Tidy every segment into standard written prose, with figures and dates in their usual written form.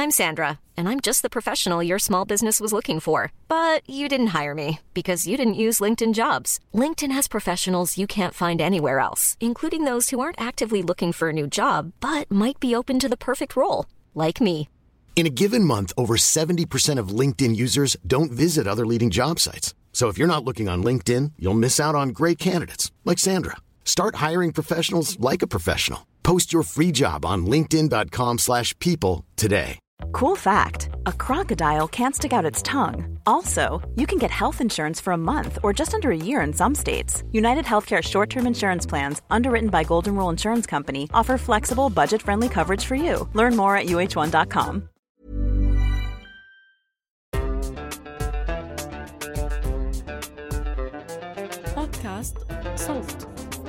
I'm Sandra, and I'm just the professional your small business was looking for. But you didn't hire me because you didn't use LinkedIn Jobs. LinkedIn has professionals you can't find anywhere else, including those who aren't actively looking for a new job, but might be open to the perfect role, like me. In a given month, over 70% of LinkedIn users don't visit other leading job sites. So if you're not looking on LinkedIn, you'll miss out on great candidates like Sandra. Start hiring professionals like a professional. Post your free job on linkedin.com/people today. Cool fact, a crocodile can't stick out its tongue. Also, you can get health insurance for a month or just under a year in some states. United Healthcare short-term insurance plans, underwritten by Golden Rule Insurance Company, offer flexible, budget-friendly coverage for you. Learn more at uh1.com. بودكاست صوت.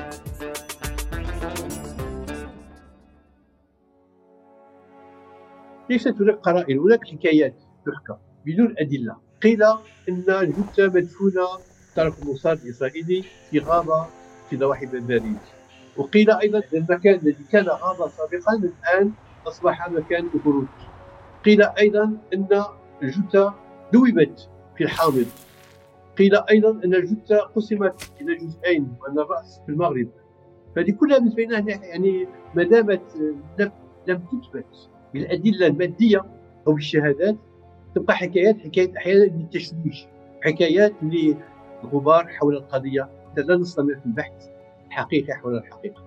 ليست هناك قرائن، هناك حكايات تحكى بدون أدلة. قيل أن الجثة مدفونة طرف الموساد الإسرائيلي في غابة في ضواحي باريس، وقيل أيضا أن المكان الذي كان غابة سابقا الآن أصبح مكان خروج. قيل أيضا أن الجثة ذوبت في الحامض. قيل أيضا أن الجثة قسمت إلى جزئين وأن الرأس في المغرب. فهذه كلها بالنسبة لنا يعني ما دامت لم تثبت بالأدلة المادية أو بالشهادات، تبقى حكايات أحيانا للتشويش، حكايات للغبار حول القضية، لا نستمر في البحث الحقيقي حول الحقيقة.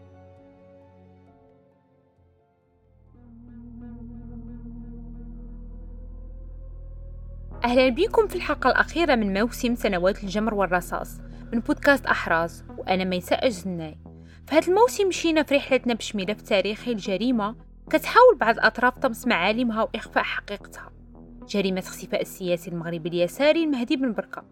أهلا بكم في الحلقة الأخيرة من موسم سنوات الجمر والرصاص من بودكاست أحراز، وأنا ميساء الجناي. في هذا الموسم مشينا في رحلتنا باش ملف تاريخي الجريمة كتحاول بعض الأطراف طمس معالمها وإخفاء حقيقتها، جريمة اختفاء السياسي المغربي اليساري المهدي بن بركة.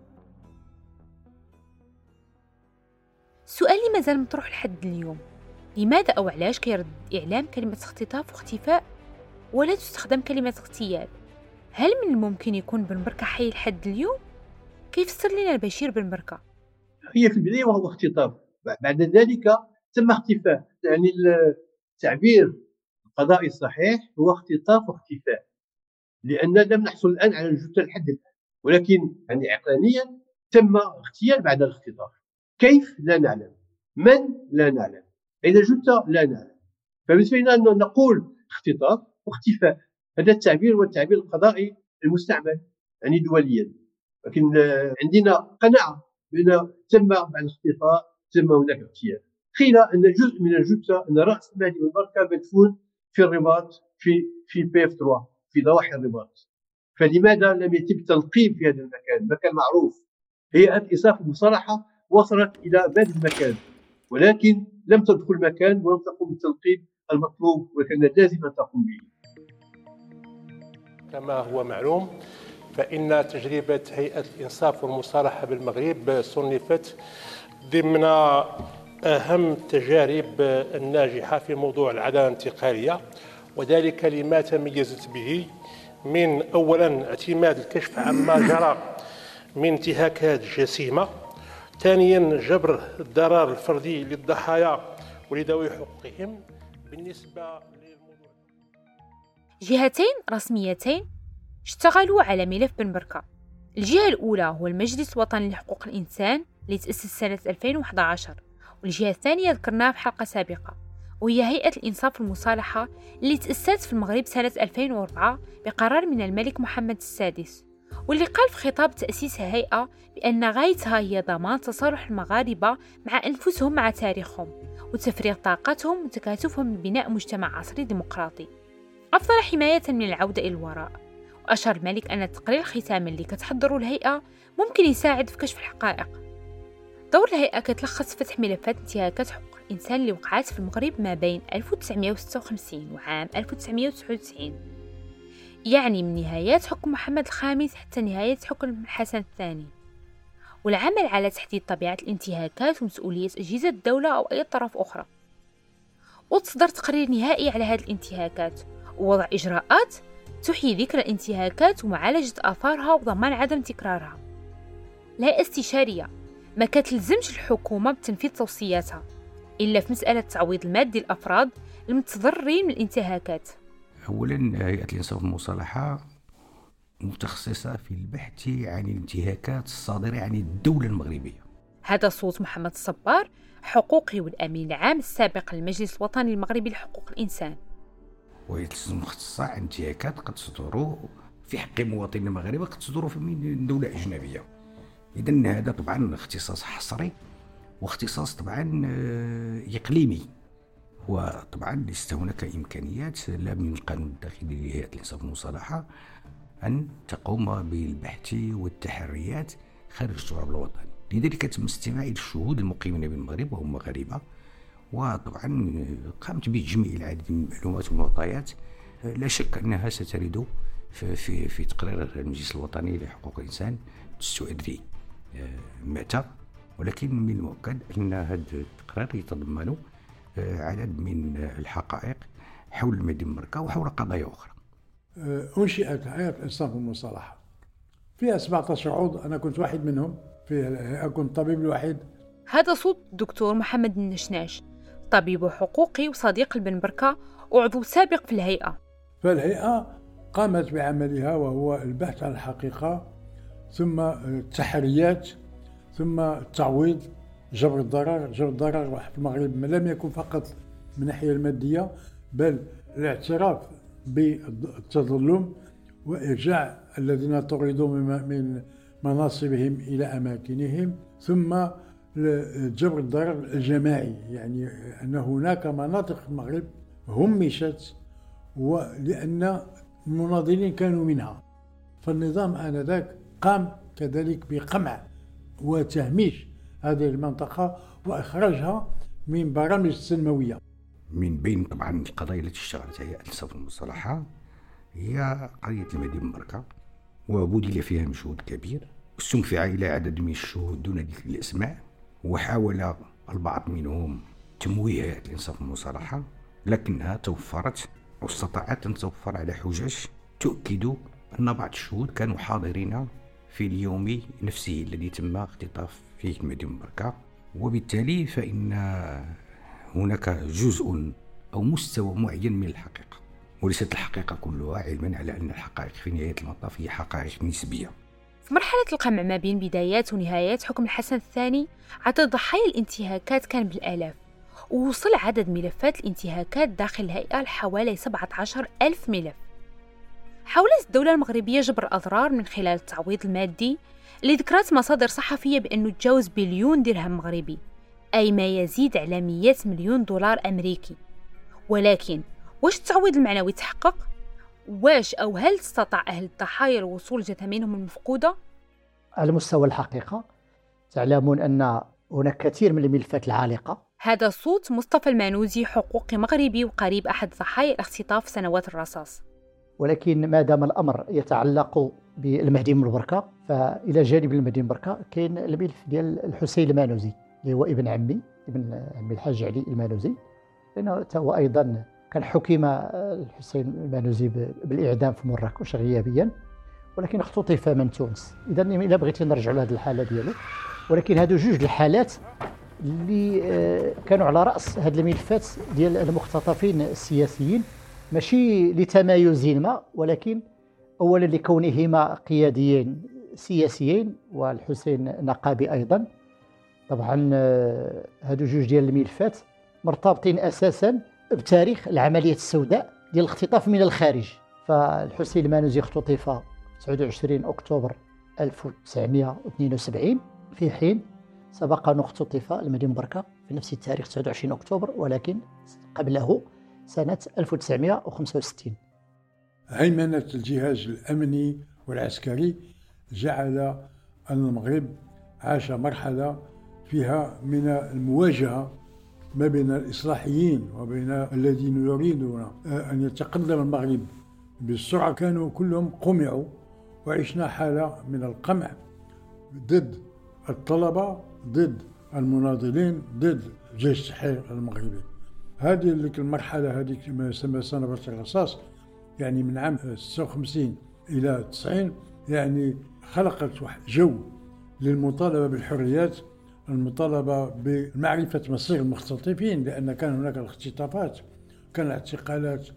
السؤال اللي مازال مطروح لحد اليوم، لماذا أو علاش كيرد الإعلام كلمة اختطاف واختفاء ولا تستخدم كلمة اغتيال؟ هل من الممكن يكون بن بركة حي لحد اليوم؟ كيف فسر لنا البشير بن بركة؟ هي في البداية وهو اختطاف، بعد ذلك تم اختفاء. يعني التعبير القضائي الصحيح هو اختطاف واختفاء، لأن لم نحصل الآن على الجثة لحد الآن، ولكن يعني عقلانيا تم اغتيال بعد الاختطاف. كيف؟ لا نعلم. من؟ لا نعلم. أين الجثة؟ لا نعلم. فبالنسبة لنا أن نقول اختطاف واختفاء، هذا التعبير هو التعبير القضائي المستعمل يعني دوليا، لكن عندنا قناعة بأن تم بعد الاختطاف تم هناك اغتيال. قيل أن جزء من الجثة، أن رأس المهدي بن بركة مدفون في الرباط في بيف 3 في ضواحي الرباط. فلماذا لم يتم التنقيب في هذا المكان؟ مكان معروف. هيئة الإسعاف المصالحة وصلت إلى باب المكان ولكن لم تدخل المكان ولم تقوم بالتنقيب المطلوب وكان لازم أن تقوم به. كما هو معلوم فإن تجربة هيئة الإنصاف والمصالحة بالمغرب صنفت ضمن أهم التجارب الناجحة في موضوع العدالة الانتقالية، وذلك لما تميزت به من أولا اعتماد الكشف عما جرى من انتهاكات جسيمة، ثانيا جبر الضرر الفردي للضحايا ولذوي حقوقهم. بالنسبة للموضوع، جهتين رسميتين اشتغلوا على ملف بن بركة. الجهة الأولى هو المجلس الوطني لحقوق الإنسان اللي تأسس سنة 2011، والجهة الثانية ذكرناها في حلقة سابقة وهي هيئة الإنصاف والمصالحة اللي تأسست في المغرب سنة 2004 بقرار من الملك محمد السادس، واللي قال في خطاب تأسيس هيئة بأن غايتها هي ضمان تصالح المغاربة مع أنفسهم مع تاريخهم وتفريغ طاقتهم وتكاتفهم لبناء مجتمع عصري ديمقراطي أفضل حماية من العودة إلى الوراء. وأشار الملك أن التقرير الختامي اللي كتحضره الهيئة ممكن يساعد في كشف الحقائق. دور الهيئة كتلخص فتح ملفات انتهاكات حقوق الإنسان اللي وقعت في المغرب ما بين 1956 وعام 1999، يعني من نهايات حكم محمد الخامس حتى نهاية حكم الحسن الثاني، والعمل على تحديد طبيعة الانتهاكات ومسؤولية أجهزة الدولة أو أي طرف أخرى، وتصدر تقرير نهائي على هذه الانتهاكات ووضع إجراءات تحيي ذكر الانتهاكات ومعالجة آثارها وضمان عدم تكرارها. الهيئة استشارية ما كتلزمش الحكومة بتنفيذ توصياتها إلا في مسألة تعويض المادي للأفراد المتضررين من الانتهاكات. أولا هيئة الإنصاف والمصالحة متخصصة في البحث عن الانتهاكات الصادرة عن الدولة المغربية. هذا صوت محمد الصبار، حقوقي والأمين العام السابق للمجلس الوطني المغربي لحقوق الإنسان. وهي مختصة عن انتهاكات قد تصدر في حق مواطنين المغاربة، قد تصدر من دولة أجنبية. إذن هذا طبعا اختصاص حصري واختصاص طبعا إقليمي، وطبعا ليست هناك إمكانيات لا من القانون الداخلي لهيئة الإنصاف والمصالحة أن تقوم بالبحث والتحريات خارج التراب الوطني. لذلك تم استماع الشهود المقيمين بالمغرب وهم مغاربة، وطبعا قامت بتجميع العديد من المعلومات والمعطيات لا شك أنها سترد في تقرير المجلس الوطني لحقوق الإنسان تستؤدي متى، ولكن من المؤكد أن هذا التقرير يتضمن عدد من الحقائق حول مدينة بركة وحول قضايا أخرى. أنشئت هيئة الإنصاف والمصالحة فيها 17 عضو، أنا كنت واحد منهم، في الهيئة كنت طبيب الوحيد. هذا صوت الدكتور محمد النشناش، طبيب حقوقي وصديق البن بركة وعضو سابق في الهيئة. فالهيئة قامت بعملها وهو البحث عن الحقيقة، ثم التحريات، ثم التعويض، جبر الضرر. جبر الضرر في المغرب لم يكن فقط من الناحية المادية، بل الاعتراف بالتظلم وإرجاع الذين طردوا من مناصبهم إلى أماكنهم، ثم جبر الضرر الجماعي، يعني أن هناك مناطق في المغرب همشت ولأن المناضلين كانوا منها، فالنظام آنذاك قام كذلك بقمع وتهميش هذه المنطقة وإخراجها من برامج التنموية. من بين طبعا القضايا التي اشتغلت هيئة الإنصاف والمصالحة هي قضية المدينة بركة، وبذل فيها مجهود كبير، استنفع إلى عدد من الشهود دون ذكر الأسماء، وحاول البعض منهم تمويه هيئة الإنصاف والمصالحة، لكنها توفرت واستطاعت أن توفر على حجج تؤكد أن بعض الشهود كانوا حاضرين في اليوم نفسه الذي تم اختطاف فيه المدينة بركة، وبالتالي فإن هناك جزء أو مستوى معين من الحقيقة، وليست الحقيقة كلها، علما على أن الحقائق في نهاية المطاف هي حقائق نسبية. في مرحلة القمع ما بين بدايات ونهايات حكم الحسن الثاني، عدد ضحايا الانتهاكات كان بالآلاف، ووصل عدد ملفات الانتهاكات داخل الهيئة لحوالي 17,000 ملف. حاولت الدولة المغربية جبر الأضرار من خلال التعويض المادي اللي ذكرت مصادر صحفية بأنه تجاوز بليون درهم مغربي، أي ما يزيد على 100 مليون دولار أمريكي. ولكن واش التعويض المعنوي تحقق؟ واش أو هل استطاع أهل الضحايا الوصول لجثامينهم المفقودة؟ على مستوى الحقيقة تعلمون أن هناك كثير من الملفات العالقة. هذا صوت مصطفى المانوزي، حقوقي مغربي وقريب أحد ضحايا الاختطاف سنوات الرصاص. ولكن ما دام الأمر يتعلق بالمهدي من بركة، فإلى جانب المهدي من بركة كاين الملف ديال الحسين المانوزي اللي هو ابن عمي الحاج علي المانوزي، لأنه هو أيضا كان حكم الحسين المانوزي بالإعدام في مراكش غيابيا، ولكن اختطف من تونس. إذا إلا بغيتي نرجع لهذه الحالة ديالو، ولكن هادو جوج الحالات اللي كانوا على رأس هاد الملفات ديال المختطفين السياسيين، ماشي لتمايز ما، ولكن أولا لكونهما قياديين سياسيين، والحسين نقابي أيضا. طبعا هادو جوج ديال الملفات مرتبطين أساسا بتاريخ العملية السوداء ديال الاختطاف من الخارج. فالحسين المانوزي اختطف 29 أكتوبر 1972، في حين سبق أن اختطف المهدي من بركة في نفس التاريخ 29 أكتوبر، ولكن قبله سنة 1965. هيمنة الجهاز الأمني والعسكري جعل أن المغرب عاش مرحلة فيها من المواجهة ما بين الإصلاحيين وبين الذين يريدون أن يتقدم المغرب بالسرعة. كانوا كلهم قمعوا، وعشنا حالة من القمع ضد الطلبة، ضد المناضلين، ضد جيش التحرير المغربي. هذه المرحلة هذه ما يسمى سنة الرصاص، يعني من عام 56 إلى 90، يعني خلقت جو للمطالبة بالحريات، المطالبة بمعرفة مصير المختطفين، لأن كان هناك الاختطافات، كان الاعتقالات،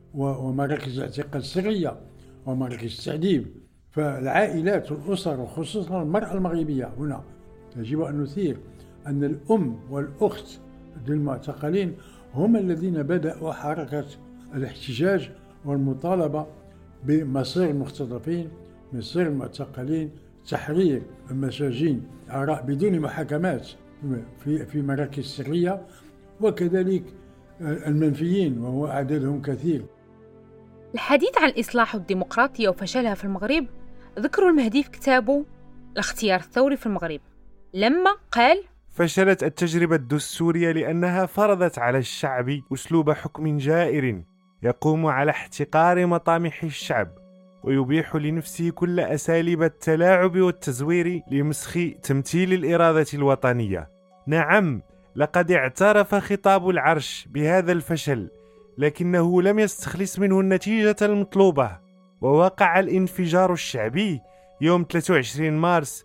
ومراكز الاعتقال السرية ومراكز التعذيب. فالعائلات والأسر وخصوصا المرأة المغربية هنا يجب أن نثير أن الأم والأخت للمعتقلين هم الذين بدأوا حركة الاحتجاج والمطالبة بمصير المختطفين، مصير المعتقلين، تحرير المساجين آراء بدون محاكمات في مراكز سرية، وكذلك المنفيين وهو عددهم كثير. الحديث عن الإصلاح والديمقراطية وفشلها في المغرب ذكروا المهدي في كتابه الاختيار الثوري في المغرب لما قال: فشلت التجربة الدستورية لأنها فرضت على الشعب أسلوب حكم جائر يقوم على احتقار مطامح الشعب ويبيح لنفسه كل أساليب التلاعب والتزوير لمسخ تمثيل الإرادة الوطنية. نعم، لقد اعترف خطاب العرش بهذا الفشل، لكنه لم يستخلص منه النتيجة المطلوبة، ووقع الانفجار الشعبي يوم 23 مارس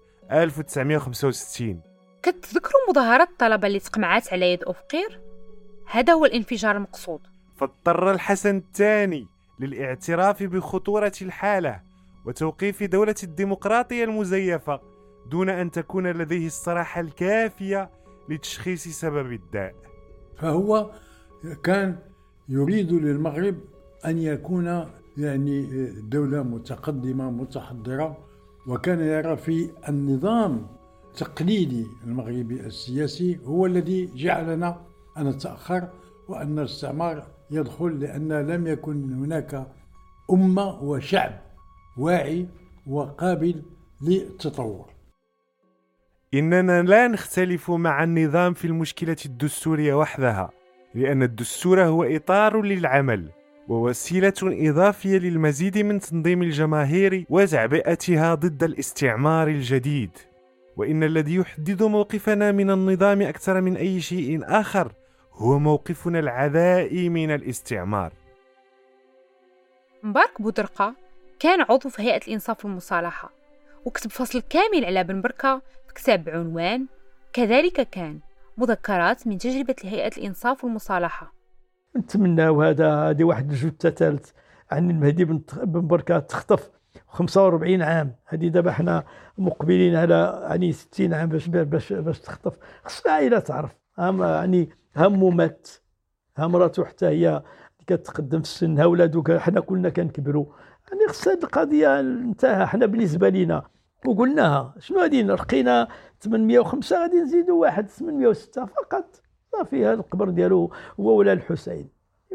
1965. كتذكروا مظاهرات الطلبة اللي تقمعات على يد أفقير؟ هذا هو الانفجار المقصود. فاضطر الحسن الثاني للاعتراف بخطورة الحالة وتوقيف دولة الديمقراطية المزيفة دون أن تكون لديه الصراحة الكافية لتشخيص سبب الداء. فهو كان يريد للمغرب أن يكون دولة متقدمة متحضرة، وكان يرى في النظام التقليدي المغربي السياسي هو الذي جعلنا أن نتأخر وأن الاستعمار يدخل، لأن لم يكن هناك أمة وشعب واعي وقابل للتطور. إننا لا نختلف مع النظام في المشكلة الدستورية وحدها، لأن الدستور هو إطار للعمل ووسيلة إضافية للمزيد من تنظيم الجماهير وتعبئتها ضد الاستعمار الجديد. وإن الذي يحدد موقفنا من النظام أكثر من أي شيء آخر هو موقفنا العدائي من الاستعمار. مبارك بودرقة كان عضو في هيئة الإنصاف والمصالحة، وكتب فصل كامل على بن بركة في كتاب بعنوان كذلك كان مذكرات من تجربة هيئة الإنصاف والمصالحة. نتمناو هذه واحد الجثة ثالث عن المهدي بن بركة تخطف 45 عام. هذه دابا حنا مقبلين على 60 عام باش تخطف. خص العائلة تعرف هم مات، مراتو حتى هي كتقدم في السن، ها ولادو حنا كلنا كنكبروا. خص هذه القضية انتهى. حنا بالنسبة لنا وقلناها شنو غادي رقينا 805 غادي نزيدوا واحد 806 فقط صافي. هذا القبر ديالو هو ولا الحسين،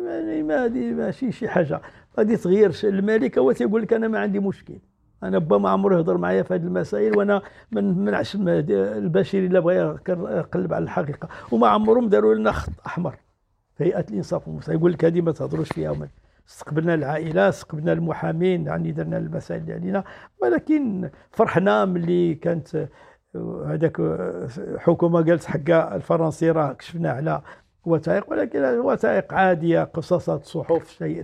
ماشي شي حاجه غادي تغير. الملك هو تيقول لك انا ما عندي مشكل، انا با ما عمره يهضر معايا في هذه المسائل، وانا من منعش البشير الا بغى يقلب على الحقيقه. وما عمرهم داروا لنا خط احمر في هيئه الانصاف والمصالحه يقول لك هذه ما تهضروش فيها. استقبلنا العائله، استقبلنا المحامين، درنا المسائل ديالنا، ولكن فرحنا ملي كانت هذاك حكومه قالت حق الفرنسي راه كشفنا على وثائق، ولكن وثائق عاديه، قصصات صحف، شيء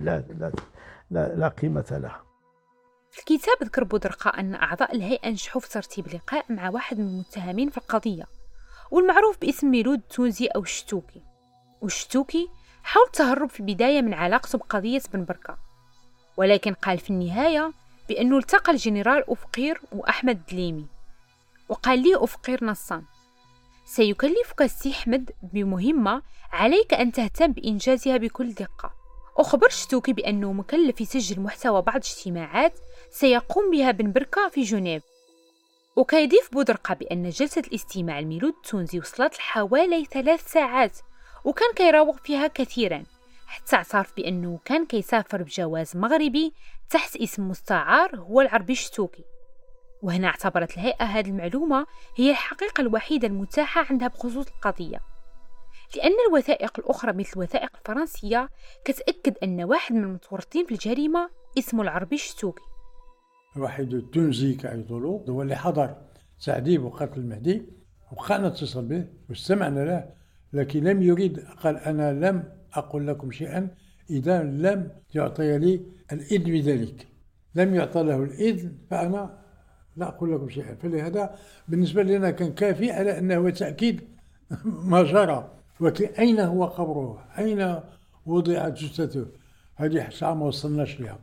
لا قيمه لها. في الكتاب ذكر بودرقة أن أعضاء الهيئة نجحوا في ترتيب لقاء مع واحد من المتهمين في القضية، والمعروف باسم ميلود التونسي أو الشتوكي. والشتوكي حاول التهرب في البداية من علاقته بقضية بن بركة، ولكن قال في النهاية بأنه التقى الجنرال أفقير وأحمد دليمي، وقال لي أفقير نصا: سيكلفك السي أحمد بمهمة عليك أن تهتم بإنجازها بكل دقة. أخبر شتوكي بأنه مكلف يسجل محتوى بعض اجتماعات سيقوم بها بن بركة في جنيف. وكيضيف بودرقة بأن جلسة الاستماع الميلود التونسي وصلت لحوالي 3 ساعات، وكان كيراوغ فيها كثيرا، حتى اعترف بأنه كان كيسافر بجواز مغربي تحت اسم مستعار هو العربي شتوكي. وهنا اعتبرت الهيئة هذه المعلومة هي الحقيقة الوحيدة المتاحة عندها بخصوص القضية، لأن الوثائق الأخرى مثل الوثائق الفرنسية كتأكد أن واحد من المتورطين في الجريمة اسمه العربي شتوكي. واحد التونسي كيعيطولو هو اللي حضر تعذيب وقتل المهدي، وبقى نتصل به واستمعنا له، لكن لم يريد. قال أنا لم أقل لكم شيئا إذا لم يعطي لي الإذن بذلك. لم يعطى له الإذن فأنا لا أقول لكم شيئا. فلهذا بالنسبة لنا كان كافي على أنه تأكيد ما جرى. ولكن أين هو قبره؟ أين وضعت جثته؟ هذه ساعة ما وصلناش لها.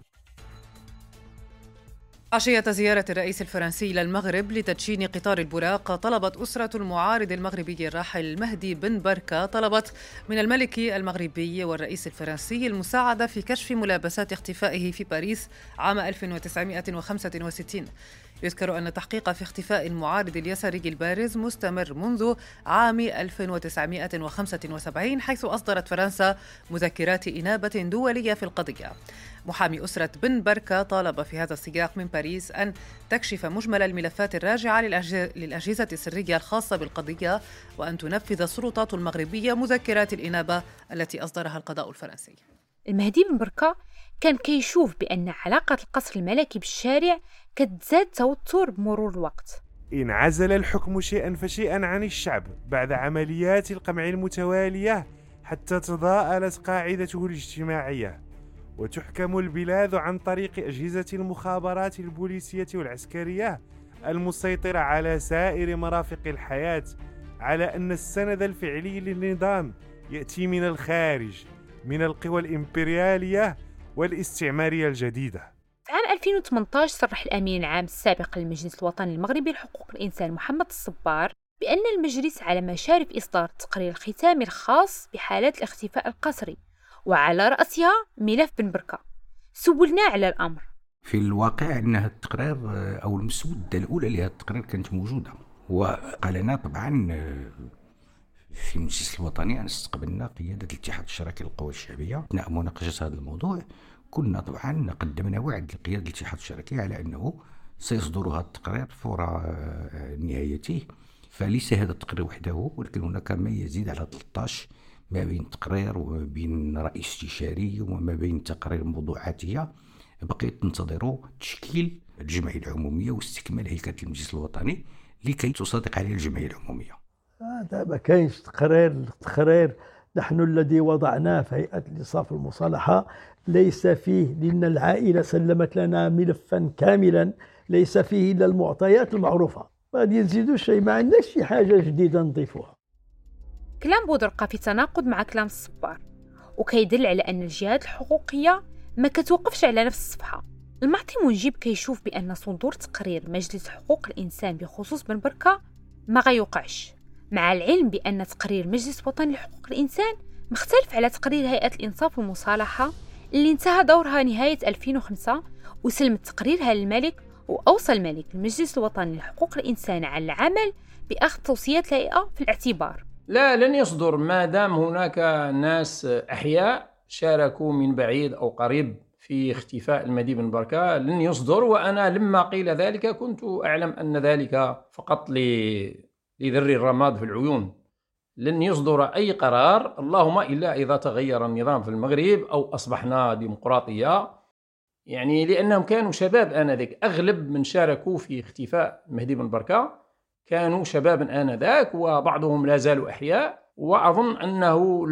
عشية زيارة الرئيس الفرنسي إلى المغرب لتدشين قطار البراق، طلبت أسرة المعارض المغربي الراحل مهدي بن بركة من الملك المغربي والرئيس الفرنسي المساعدة في كشف ملابسات اختفائه في باريس عام 1965. يذكر أن التحقيق في اختفاء المعارض اليساري البارز مستمر منذ عام 1975، حيث أصدرت فرنسا مذكرات إنابة دولية في القضية. محامي أسرة بن بركة طالب في هذا السياق من باريس أن تكشف مجمل الملفات الراجعة للأجهزة السرية الخاصة بالقضية، وأن تنفذ السلطات المغربية مذكرات الإنابة التي أصدرها القضاء الفرنسي. المهدي بن بركة كان كيشوف بأن علاقة القصر الملكي بالشارع كتزداد توتر بمرور الوقت. انعزل الحكم شيئا فشيئا عن الشعب بعد عمليات القمع المتوالية حتى تضاءلت قاعدته الاجتماعية، وتحكم البلاد عن طريق أجهزة المخابرات البوليسية والعسكرية المسيطرة على سائر مرافق الحياة، على أن السند الفعلي للنظام يأتي من الخارج، من القوى الإمبريالية والاستعمارية الجديدة. في عام 2018 صرح الأمين العام السابق للمجلس الوطني المغربي لحقوق الإنسان محمد الصبار بأن المجلس على مشارف إصدار التقرير الختامي الخاص بحالات الاختفاء القسري، وعلى رأسها ملف بن بركة. سولنا على الأمر. في الواقع أن التقرير أو المسودة الأولى لهذا التقرير كانت موجودة، وقالنا طبعا في المجلس الوطني أن استقبلنا قيادة الاتحاد الشراكي للقوى الشعبية أثناء مناقشة هذا الموضوع. كنا طبعا قدمنا وعد لقيادة الاتحاد الشراكي على أنه سيصدر هذا التقرير فور نهايته. فليس هذا التقرير وحده، ولكن هناك ما يزيد على 13 ما بين تقرير وما بين رأي استشاري وما بين تقارير موضوعاتية. بقيت تنتظر تشكيل الجمعية العمومية واستكمال هيكلة المجلس الوطني لكي تصادق عليه الجمعية العمومية. هذا ما كاينش تقرير نحن الذي وضعناه في هيئة الإنصاف والمصالحة ليس فيه، لأن العائلة سلمت لنا ملفا كاملا ليس فيه إلا المعطيات المعروفة، ما غادي نزيدوا شيء، ما عندناش شي حاجة جديدة نضيفوها. كلام بودرقة في تناقض مع كلام الصبار، وكيدل على أن الجهات الحقوقية ما كتوقفش على نفس الصفحة. المعطي منجيب كيشوف بأن صدور تقرير مجلس حقوق الإنسان بخصوص بن بركة ما غيوقعش، مع العلم بأن تقرير مجلس وطني لحقوق الإنسان مختلف على تقرير هيئة الإنصاف والمصالحة اللي انتهى دورها نهاية 2005 وسلمت تقريرها للملك، وأوصى الملك المجلس الوطني لحقوق الإنسان على العمل بأخذ توصيات الهيئة في الاعتبار. لا، لن يصدر ما دام هناك ناس أحياء شاركوا من بعيد أو قريب في اختفاء المهدي بن بركة، لن يصدر. وأنا لما قيل ذلك كنت أعلم أن ذلك فقط لذر الرماد في العيون. لن يصدر أي قرار، اللهم إلا إذا تغير النظام في المغرب أو أصبحنا ديمقراطية، يعني لأنهم كانوا شباب آنذاك. أغلب من شاركوا في اختفاء المهدي بن بركة كانوا شبابا آنذاك، وبعضهم لا زالوا أحياء. وأظن أنه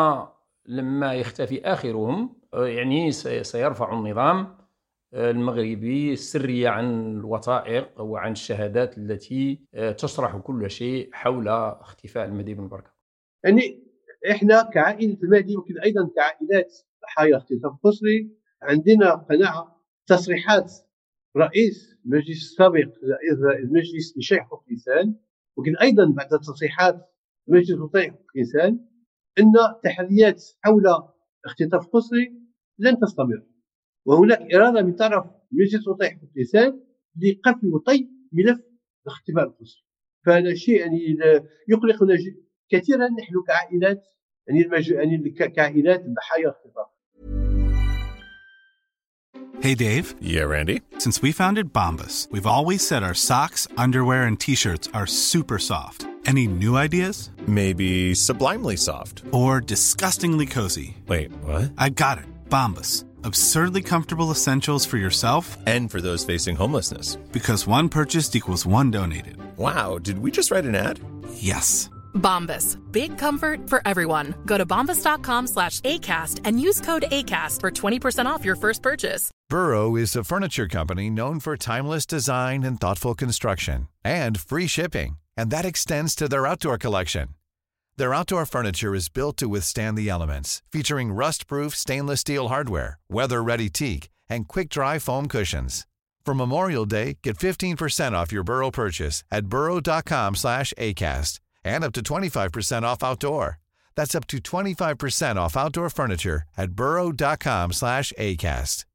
لما يختفي آخرهم يعني سيرفع النظام المغربي السرية عن الوثائق وعن الشهادات التي تشرح كل شيء حول اختفاء المهدي بن بركة. يعني إحنا كعائلة المهدي وكذا أيضا كعائلات ضحايا اختطاف قسري عندنا قناعة تصريحات رئيس المجلس السابق المجلس لشرع حقوق الإنسان، وكذا أيضا بعد تصريحات المجلس الوطني لحقوق الإنسان أن تحريات حول اختطاف قسري لن تستمر، وهناك إرادة من طرف المجلس الوطني لحقوق الإنسان لقفل وطي ملف الاختفاء القسري. فهذا شيء يعني يقلقنا كثيرا نحن كعائلات، يعني كعائلات ضحايا الاختطاف. Hey Dave. Yeah, Randy. Since we founded Bombas, we've always said our socks, underwear, and t-shirts are super soft. Any new ideas? Maybe sublimely soft. Or disgustingly cozy. Wait, what? I got it. Bombas. Absurdly comfortable essentials for yourself and for those facing homelessness. Because one purchased equals one donated. Wow, did we just write an ad? Yes. Bombas. Big comfort for everyone. Go to bombas.com/ACAST and use code ACAST for 20% off your first purchase. Burrow is a furniture company known for timeless design and thoughtful construction and free shipping, and that extends to their outdoor collection. Their outdoor furniture is built to withstand the elements, featuring rust-proof stainless steel hardware, weather-ready teak, and quick-dry foam cushions. For Memorial Day, get 15% off your Burrow purchase at burrow.com/acast and up to 25% off outdoor. That's up to 25% off outdoor furniture at burrow.com/acast.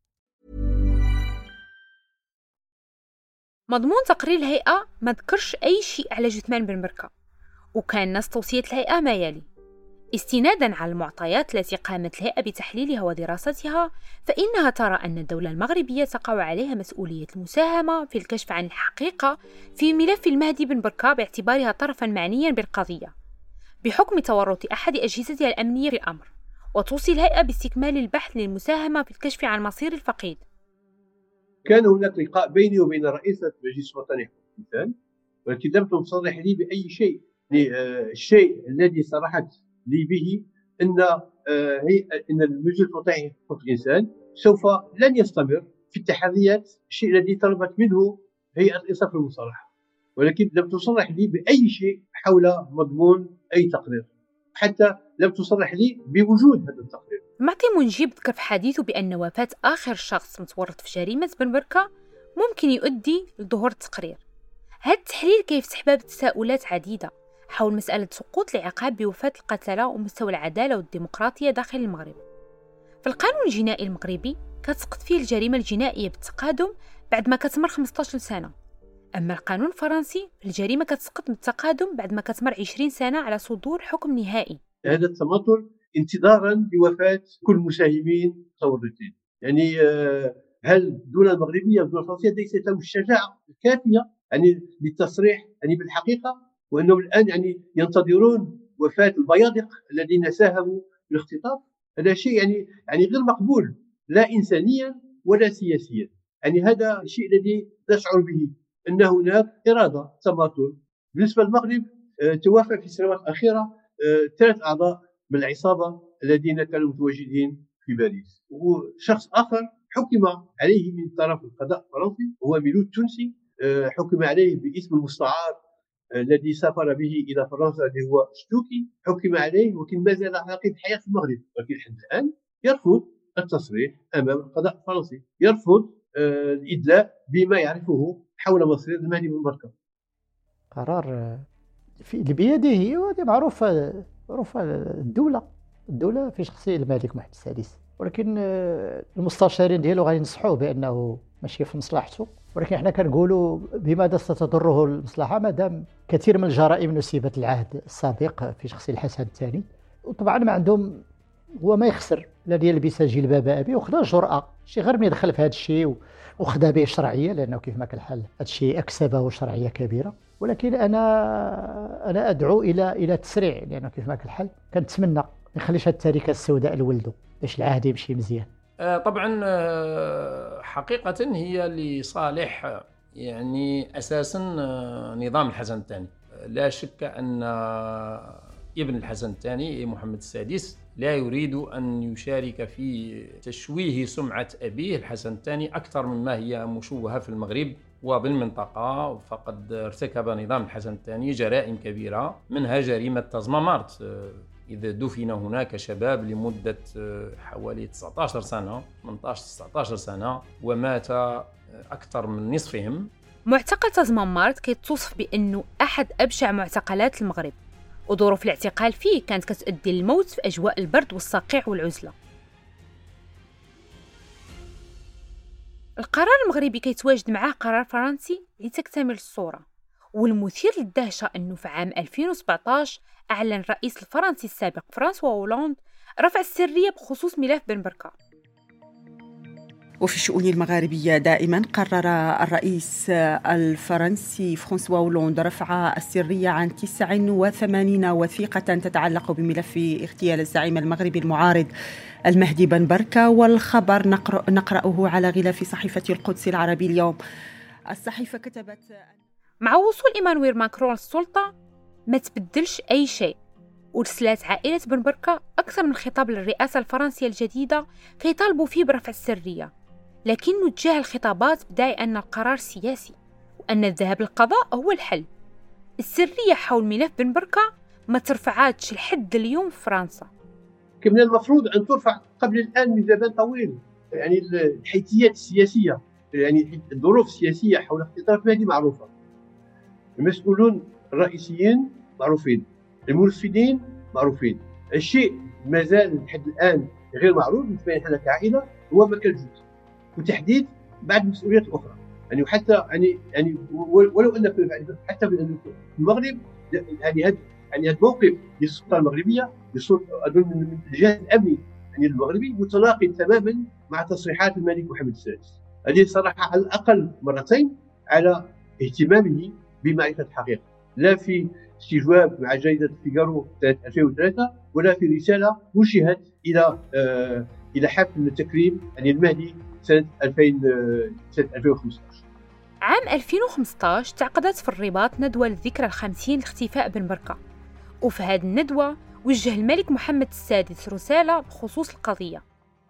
مضمون تقرير الهيئة ما ذكرش أي شيء على جثمان بن بركة، وكان نص توصية الهيئة ما يلي: استناداً على المعطيات التي قامت الهيئة بتحليلها ودراستها، فإنها ترى أن الدولة المغربية تقع عليها مسؤولية المساهمة في الكشف عن الحقيقة في ملف المهدي بن بركة باعتبارها طرفاً معنياً بالقضية بحكم تورط أحد أجهزتها الأمنية في الأمر، وتوصي الهيئة باستكمال البحث للمساهمة في الكشف عن مصير الفقيد. كان هناك لقاء بيني وبين رئيسة مجلس وطني حقوق الإنسان، ولكن لم تصرح لي بأي شيء. الشيء الذي صرحت لي به أن المجلس الوطني حقوق الإنسان سوف لن يستمر في التحريات، الشيء الذي طلبت منه هيئة الإنصاف والمصالحة، ولكن لم تصرح لي بأي شيء حول مضمون أي تقرير، حتى لم تصرح لي بوجود هذا التقرير. معطي منجيب ذكر في حديثه بأن وفاة آخر شخص متورط في جريمة بن بركة ممكن يؤدي لظهور التقرير. هذا التحليل كيفتح باب تساؤلات عديدة حول مسألة سقوط العقاب بوفاة القتلة ومستوى العدالة والديمقراطية داخل المغرب. في القانون الجنائي المغربي كتسقط فيه الجريمة الجنائية بالتقادم بعد ما كتمر 15 سنة، أما القانون الفرنسي الجريمة كتسقط بالتقادم بعد ما كتمر 20 سنة على صدور حكم نهائي. هذا التماطل انتظارا لوفاة كل المساهمين المتورطين. يعني هل الدولة المغربية والدولة الفرنسية ليست لهم الشجاعة الكافية للتصريح بالحقيقة، وأنهم الآن ينتظرون وفاة البيادق الذين ساهموا في الاختطاف؟ هذا شيء غير مقبول، لا إنسانيا ولا سياسيا. هذا الشيء الذي نشعر به أن هناك إرادة تماطل. بالنسبة للمغرب توفى في السنوات الأخيرة 3 أعضاء من العصابة الذين كانوا متواجدين في باريس، وشخص آخر حكم عليه من طرف القضاء الفرنسي هو ميلود تونسي، حكم عليه باسم المستعار الذي سافر به إلى فرنسا اللي هو شتوكي، حكم عليه ولكن ما زال على قيد الحياة في المغرب، ولكن حتى الآن يرفض التصريح أمام القضاء الفرنسي، يرفض الإدلاء بما يعرفه حول مصير المهدي بن بركة. قرار بيده، وهذا معروف الدولة في شخصية الملك محمد السادس، ولكن المستشارين ديالو غينصحوه بأنه ماشي في مصلحته، ولكن احنا كنقولوا بماذا ستضره المصلحة مادام كثير من الجرائم نسبت العهد السابق في شخصية الحسن الثاني، وطبعا ما عندهم هو ما يخسر لا ديال لبس جلباب أبي، وخدا جرأة شي غير ما يدخل في هذا الشيء وخدا به شرعية، لأنه كيف ما كان الحال هذا الشيء أكسبه شرعية كبيرة. ولكن أنا أدعو إلى تسريع، لأنه كيف ما كان الحال كنتمنى ما يخليش هذه التركة السوداء لولده باش العهد يمشي مزيان. طبعا حقيقة هي لصالح أساسا نظام الحسن الثاني. لا شك أن ابن الحسن الثاني محمد السادس لا يريد أن يشارك في تشويه سمعة أبيه الحسن الثاني أكثر مما هي مشوهة في المغرب وبالمنطقة، فقد ارتكب نظام الحسن الثاني جرائم كبيرة، منها جريمة تازمامارت، إذا دفن هناك شباب لمدة حوالي 19 سنة 18-19 سنة ومات أكثر من نصفهم. معتقل تازمامارت كيتوصف بأنه أحد أبشع معتقلات المغرب، وظروف الاعتقال فيه كانت كتؤدي للموت في أجواء البرد والصقيع والعزلة. القرار المغربي كيتواجد معاه قرار فرنسي لتكتمل الصورة، والمثير للدهشة أنه في عام 2017 أعلن الرئيس الفرنسي السابق فرانسوا هولاند رفع السرية بخصوص ملف بن بركة. وفي الشؤون المغاربية دائما قرر الرئيس الفرنسي فرانسوا هولاند رفع السرية عن 89 وثيقة تتعلق بملف اغتيال الزعيم المغربي المعارض المهدي بن بركة، والخبر نقرأه على غلاف صحيفة القدس العربي اليوم. الصحيفة كتبت: مع وصول إيمانويل ماكرون للسلطة ما تبدلش أي شيء، ورسلات عائلة بن بركة أكثر من خطاب للرئاسة الفرنسية الجديدة كيطالبوا فيه برفع السرية، لكنه تجاه الخطابات بداعي أن القرار سياسي وأن الذهاب للقضاء هو الحل. السرية حول ملف بن بركة ما ترفعاتش لحد اليوم في فرنسا. كان المفروض أن ترفع قبل الآن من زمان طويل. يعني الحيثيات السياسية، يعني الظروف السياسية حول اختطاف المهدي معروفة، المسؤولون الرئيسيين معروفين، المنفذين معروفين. الشيء ما زال لحد الآن غير معروف بالنسبة لنا كعائلة هو مكان الجثة وتحديد بعض المسؤوليات الأخرى. يعني وحتى يعني ولو أن حتى في المغرب يعني هذا الموقف للسلطة المغربية من الجهاز الأمني يعني المغربي متناقض تماما مع تصريحات الملك محمد السادس. هذه صراحة على الأقل مرتين على اهتمامه بمعرفة الحقيقة، لا في استجواب مع جريدة فيغارو سنة 2003 ولا في رسالة وجهت إلى حفل تكريم يعني المهدي سنة 2015. عام 2015 تعقدت في الرباط ندوة لذكرى 50 لاختفاء بن بركة، وفي هذه الندوة وجه الملك محمد السادس رسالة بخصوص القضية.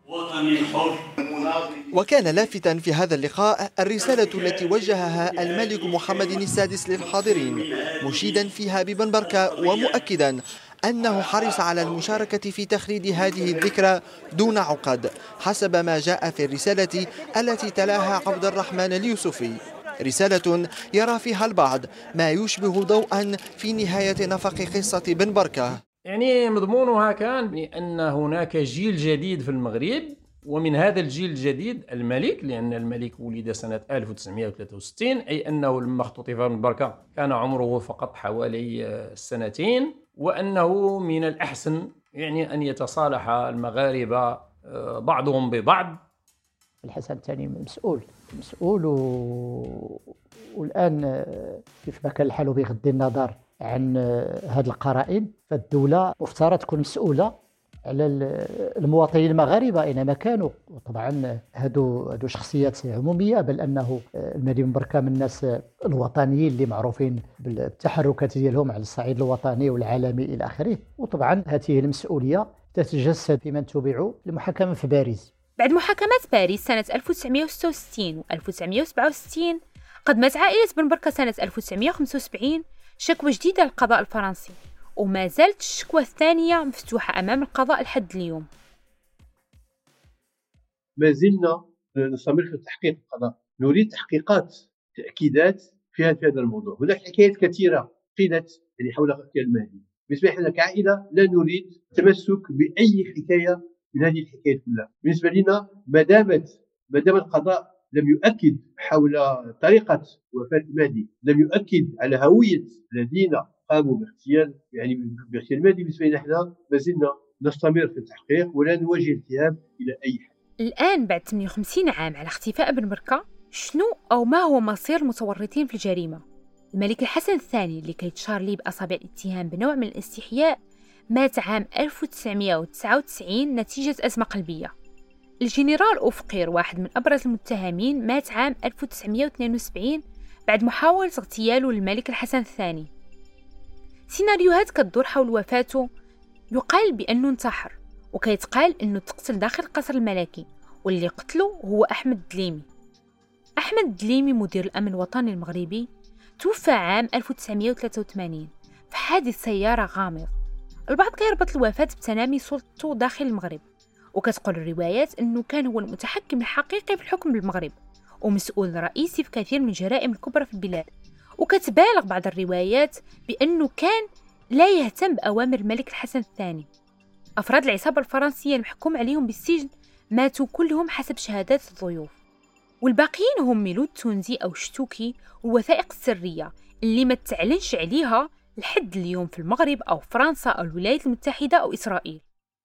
وكان لافتا في هذا اللقاء الرسالة التي وجهها الملك محمد السادس للحاضرين، مشيدا فيها ببن بركة ومؤكدا أنه حرص على المشاركة في تخليد هذه الذكرى دون عقد، حسب ما جاء في الرسالة التي تلاها عبد الرحمن اليوسفي، رسالة يرى فيها البعض ما يشبه ضوءا في نهاية نفق قصة بن بركة. يعني مضمونها كان بأن هناك جيل جديد في المغرب، ومن هذا الجيل الجديد الملك، لأن الملك ولد سنة 1963، أي أنه لما اختطف بن بركة كان عمره فقط حوالي 2 وأنه من الأحسن يعني أن يتصالح المغاربة بعضهم ببعض. الحسن الثاني مسؤول والآن كيف ما كان الحال بغض النظر عن هذه القرائن، فالدولة مفترض تكون مسؤولة على المواطنين المغاربة أينما كانوا. وطبعا هادو شخصيات عمومية، بل أنه المهدي بن بركة من الناس الوطنيين اللي معروفين بالتحركات ديالهم على الصعيد الوطني والعالمي إلى آخره. وطبعا هذه المسؤولية تتجسد في من تبعوا لمحاكمة في باريس. بعد محاكمات باريس سنة 1966 و 1967 قدمت عائلة بن بركة سنة 1975 شكوى جديدة للقضاء الفرنسي، وما زالت الشكوى الثانية مفتوحة أمام القضاء لحد اليوم. ما زلنا نستمر في تحقيق القضاء، نريد تحقيقات تأكيدات في هذا الموضوع. هناك حكايات كثيرة قيلت يعني حول اغتيال المهدي. بالنسبة لنا كعائلة لا نريد التمسك بأي حكاية من هذه الحكايات كلها. بالنسبة لنا ما دام القضاء لم يؤكد حول طريقة وفاة المهدي، لم يؤكد على هوية الذين قاموا باغتيال المهدي، بالنسبة لنا احنا ما زلنا نستمر في التحقيق ولا نواجه الاتهام إلى أي حد. الآن بعد 58 عام على اختفاء بن بركة، شنو أو ما هو مصير المتورطين في الجريمة؟ الملك الحسن الثاني اللي كيتشار ليه بأصابع الاتهام بنوع من الاستحياء مات عام 1999 نتيجة أزمة قلبية. الجنرال أوفقير واحد من أبرز المتهمين مات عام 1972 بعد محاولة اغتياله للملك الحسن الثاني. سيناريوهات كتدور حول وفاته، يقال بأنه انتحر، وكيتقال أنه تقتل داخل القصر الملكي، واللي قتله هو أحمد الدليمي. أحمد الدليمي مدير الأمن الوطني المغربي توفى عام 1983 في حادث سيارة غامض. البعض كيربط الوفاة بتنامي سلطته داخل المغرب، وكتقول الروايات أنه كان هو المتحكم الحقيقي في الحكم بالمغرب ومسؤول رئيسي في كثير من الجرائم الكبرى في البلاد. وكتبالغ بعض الروايات بأنه كان لا يهتم بأوامر الملك الحسن الثاني. أفراد العصابة الفرنسية المحكوم عليهم بالسجن ماتوا كلهم حسب شهادات الضيوف، والباقيين هم ميلود تونزي أو شتوكي والوثائق السرية اللي ما تعلنش عليها لحد اليوم في المغرب أو فرنسا أو الولايات المتحدة أو إسرائيل.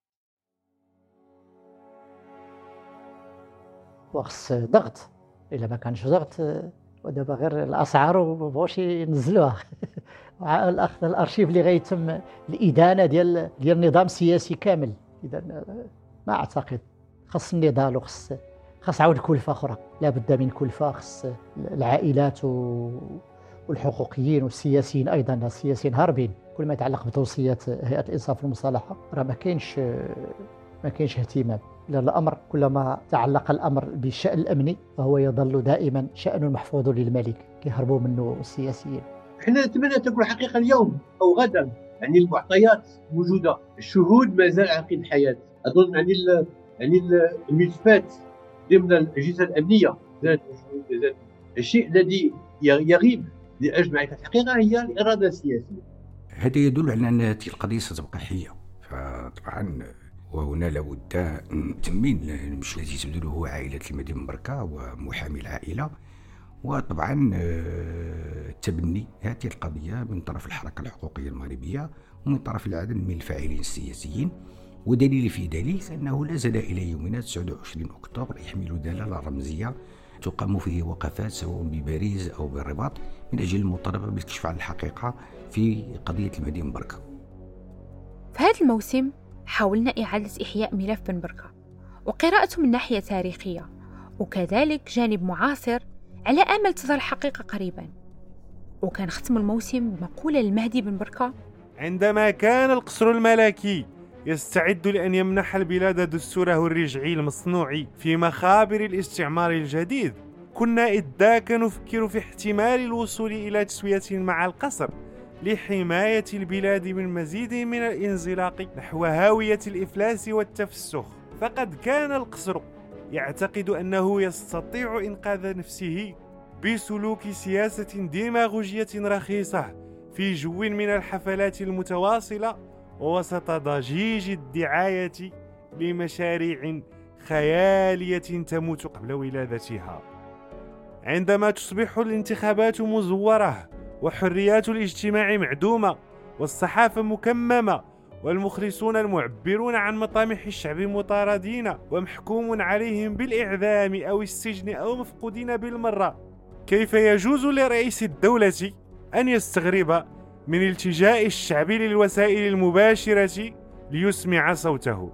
وخص ضغط، إلا ما كانش ضغط ودابا غير الأسعار ومبغوش ينزلوها الأخذ الأرشيف اللي غيتم الإدانة ديال النظام السياسي كامل. إذا ما أعتقد خص النضال وخص عاود كلفة أخرى، لا بد من كلفة، خص العائلات والحقوقيين والسياسيين أيضا، السياسيين هاربين. كل ما يتعلق بتوصيات هيئة الإنصاف والمصالحة راه ما كاينش اهتمام للأمر. كلما تعلق الأمر بالشأن الأمني فهو يظل دائما شأن محفوظ للملك، كيهربوا منه السياسيين. احنا نتمنى تكون حقيقة اليوم أو غدا، يعني المعطيات موجوده، الشهود ما زال على قيد الحياه. اظن يعني الملفات ضمن الاجهزه الامنيه زادت الشيء الذي يغيب لاجل معرفه الحقيقه هي الاراده السياسيه. هذا يدل على ان هذه القضيه ستبقى حيه. فطبعا وهنا لابد من تمين المشكل التي تبذله عائله المهدي بن بركه ومحامي العائله، وطبعا تبني هذه القضيه من طرف الحركه الحقوقيه المغربيه ومن طرف العدد من الفاعلين السياسيين. ودليل في ذلك أنه لا زال إلى يومنا 29 أكتوبر يحمل دلالة رمزية تقام فيه وقفات سواء بباريس أو بالرباط من أجل المطالبة بالكشف عن الحقيقة في قضية المهدي بن بركة. في هذا الموسم حاولنا إعادة إحياء ملف بن بركة وقراءته من ناحية تاريخية وكذلك جانب معاصر على أمل تظهر الحقيقة قريبا. وكان ختم الموسم بمقولة للمهدي بن بركة: عندما كان القصر الملكي يستعد لأن يمنح البلاد دستوره الرجعي المصنوع في مخابر الاستعمار الجديد، كنا إذ ذاك نفكر في احتمال الوصول إلى تسوية مع القصر لحماية البلاد من مزيد من الانزلاق نحو هاوية الإفلاس والتفسخ. فقد كان القصر يعتقد أنه يستطيع إنقاذ نفسه بسلوك سياسة ديماغوجية رخيصة في جو من الحفلات المتواصلة ووسط ضجيج الدعاية لمشاريع خيالية تموت قبل ولادتها. عندما تصبح الانتخابات مزورة وحريات الاجتماع معدومة والصحافة مكممة والمخلصون المعبرون عن مطامح الشعب مطاردين ومحكوم عليهم بالإعدام أو السجن أو مفقودين بالمرة، كيف يجوز لرئيس الدولة أن يستغرب من التجاء الشعب للوسائل المباشرة ليسمع صوته؟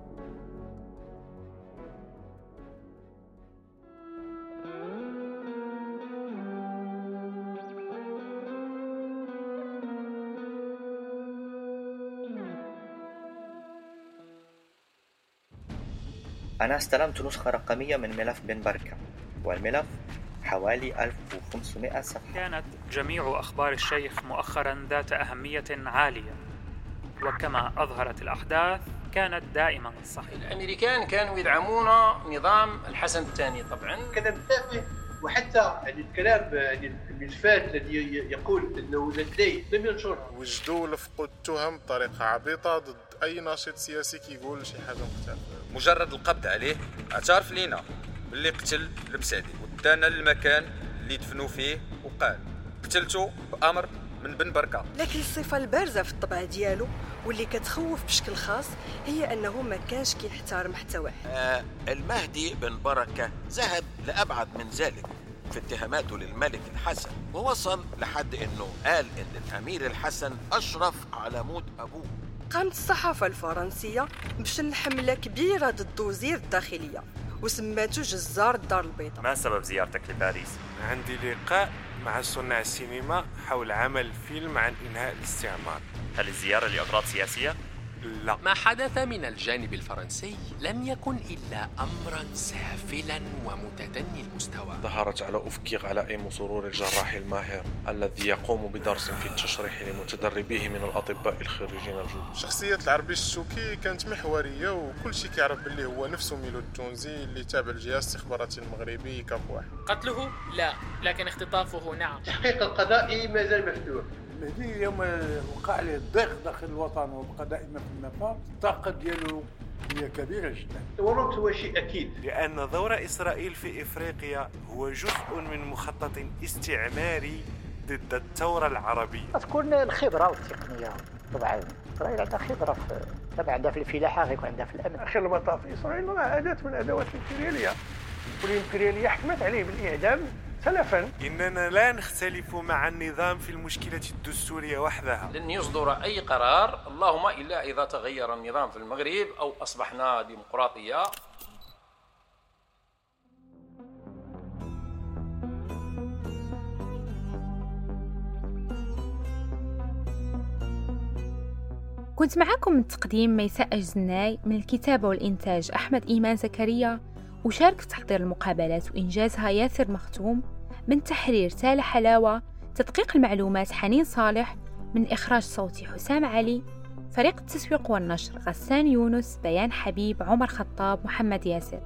أنا استلمت نسخة رقمية من ملف بن بركة، والملف حوالي 1500 صفحة. كانت جميع أخبار الشيخ مؤخرا ذات أهمية عالية، وكما أظهرت الأحداث كانت دائما صحيحة. الأمريكان كانوا يدعمون نظام الحسن الثاني طبعا. كلام تافه، وحتى يعني الكلام يعني الملفات الذي يقول أنه لديه لم ينشرها. وجدوا لفقوا التهم بطريقة عبيطة ضد أي ناشط سياسي كيقول شي حاجة مختلفة. مجرد القبض عليه اعترف لينا باللي قتل المسعدي ودانا للمكان اللي دفنوا فيه وقال قتلته بأمر من بن بركة. لكن الصفة البارزة في الطبع ديالو واللي كتخوف بشكل خاص هي أنه ما كانش كيحترم حتى واحد. المهدي بن بركة ذهب لأبعد من ذلك في اتهاماته للملك الحسن، ووصل لحد أنه قال أن الأمير الحسن أشرف على موت أبوه. قامت الصحافة الفرنسية بشن حملة كبيرة ضد وزير الداخلية وسماته جزار الدار البيضاء. ما سبب زيارتك لباريس؟ عندي لقاء مع صناع السينما حول عمل فيلم عن إنهاء الاستعمار. هل الزيارة لأغراض سياسية؟ لا. ما حدث من الجانب الفرنسي لم يكن إلا أمرا سافلا ومتدني المستوى. ظهرت على أفق غلائم سرور الجراح الماهر الذي يقوم بدرس في التشريح لمتدربيه من الأطباء الخريجين الجدد. شخصية العربي الشوكي كانت محورية وكل شيء كيعرف باللي هو نفسه ميلود التونسي اللي تابع الجهاز الاستخباراتي المغربي كافواح. قتله لا، لكن اختطافه نعم. التحقيق القضائي ما زال مفتوح. المهدي يوم وقع عليه الضيق داخل الوطن وبقى دائما في النفاق، الطاقة ديالو هي كبيرة جدا. الورود هو شيء أكيد، لأن دور إسرائيل في إفريقيا هو جزء من مخطط استعماري ضد الثورة العربية. تكون الخبرة والتقنية، طبعا إسرائيل عندها خبرة طبعا عندها في الفلاحة غيكون عندها في الأمن. آخر المطاف إسرائيل راه أداة من أدوات الإمبريالية، والإمبريالية حكمت عليه بالإعدام سلفا. إننا لا نختلف مع النظام في المشكلة الدستورية وحدها. لن يصدر أي قرار اللهم إلا إذا تغير النظام في المغرب أو أصبحنا ديمقراطية. كنت معكم من التقديم ميساء الجزناي، من الكتابة والإنتاج أحمد إيمان زكريا، وشارك في تحضير المقابلات وإنجازها ياسر مختوم، من تحرير تالة حلاوة، تدقيق المعلومات حنين صالح، من إخراج صوتي حسام علي، فريق التسويق والنشر غسان يونس، بيان حبيب، عمر خطاب، محمد ياسر.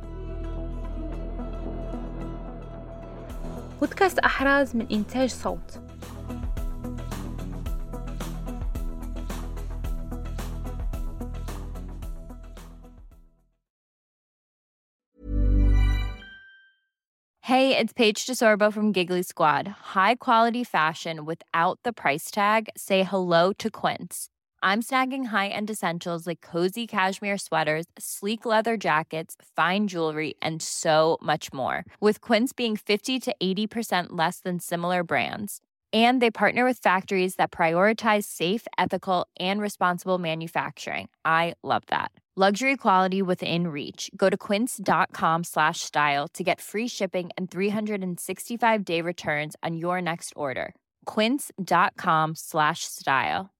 بودكاست أحراز من إنتاج صوت. Hey, it's Paige DeSorbo from Giggly Squad. High quality fashion without the price tag. Say hello to Quince. I'm snagging high-end essentials like cozy cashmere sweaters, sleek leather jackets, fine jewelry, and so much more. With Quince being 50 to 80% less than similar brands. And they partner with factories that prioritize safe, ethical, and responsible manufacturing. I love that. Luxury quality within reach. Go to quince.com/style to get free shipping and 365-day returns on your next order. Quince.com/style.